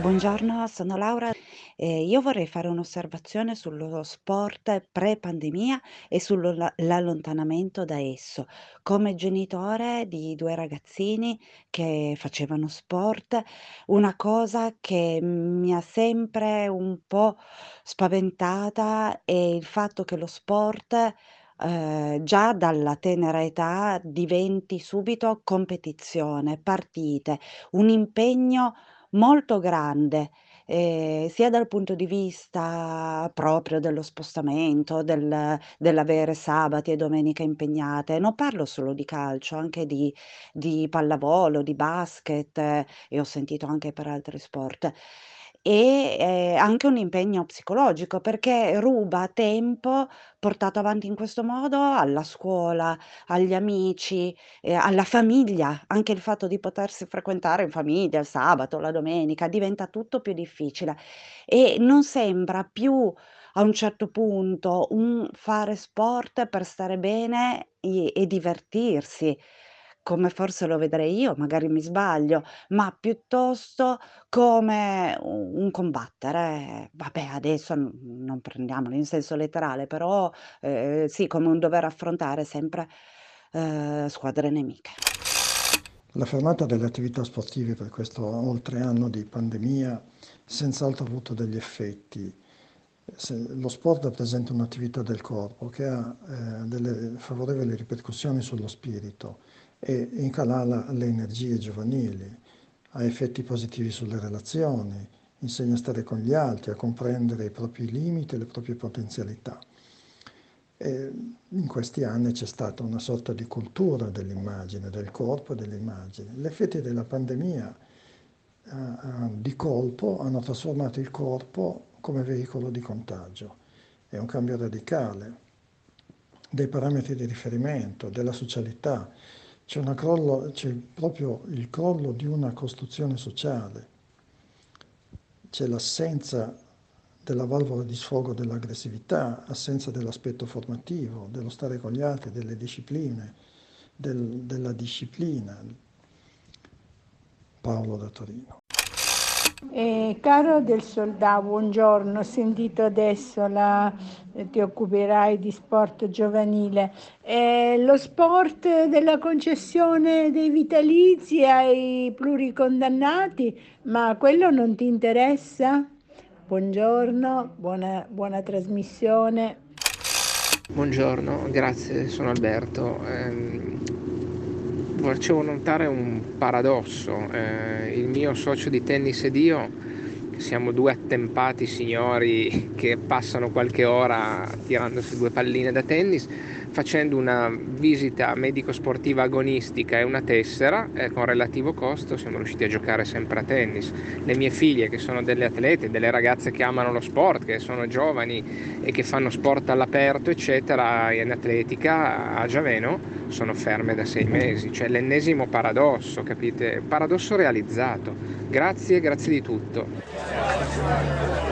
Buongiorno, sono Laura. Io vorrei fare un'osservazione sullo sport pre-pandemia e l'allontanamento da esso. Come genitore di 2 ragazzini che facevano sport, una cosa che mi ha sempre un po' spaventata è il fatto che lo sport, già dalla tenera età diventi subito competizione, partite, un impegno molto grande, sia dal punto di vista proprio dello spostamento, dell'avere sabati e domeniche impegnate. Non parlo solo di calcio, anche di pallavolo, di basket, e ho sentito anche per altri sport. Anche un impegno psicologico, perché ruba tempo portato avanti in questo modo alla scuola, agli amici, alla famiglia. Anche il fatto di potersi frequentare in famiglia il sabato, la domenica, diventa tutto più difficile e non sembra più a un certo punto un fare sport per stare bene e divertirsi, come forse lo vedrei io, magari mi sbaglio, ma piuttosto come un combattere. Vabbè, adesso non prendiamolo in senso letterale, però, sì, come un dover affrontare sempre, squadre nemiche. La fermata delle attività sportive per questo oltre anno di pandemia senz'altro ha avuto degli effetti. Lo sport rappresenta un'attività del corpo che ha delle favorevoli ripercussioni sullo spirito e incala le energie giovanili, ha effetti positivi sulle relazioni, insegna a stare con gli altri, a comprendere i propri limiti e le proprie potenzialità. E in questi anni c'è stata una sorta di cultura dell'immagine, del corpo e dell'immagine. Gli effetti della pandemia di colpo hanno trasformato il corpo come veicolo di contagio. È un cambio radicale dei parametri di riferimento, della socialità. C'è proprio il crollo di una costruzione sociale, c'è l'assenza della valvola di sfogo dell'aggressività, assenza dell'aspetto formativo, dello stare con gli altri, delle discipline, della disciplina. Paolo da Torino. Caro del Soldà, buongiorno, ho sentito adesso ti occuperai di sport giovanile. Lo sport della concessione dei vitalizi ai pluricondannati, ma quello non ti interessa? Buongiorno, buona trasmissione. Buongiorno, grazie, sono Alberto. Facevo notare un paradosso. Il mio socio di tennis ed io, che siamo due attempati signori che passano qualche ora tirandosi due palline da tennis, facendo una visita medico-sportiva agonistica e una tessera, con relativo costo siamo riusciti a giocare sempre a tennis. Le mie figlie, che sono delle atlete, delle ragazze che amano lo sport, che sono giovani e che fanno sport all'aperto, eccetera, in atletica a Giaveno, sono ferme da 6 mesi. Cioè l'ennesimo paradosso, capite? Paradosso realizzato. Grazie di tutto.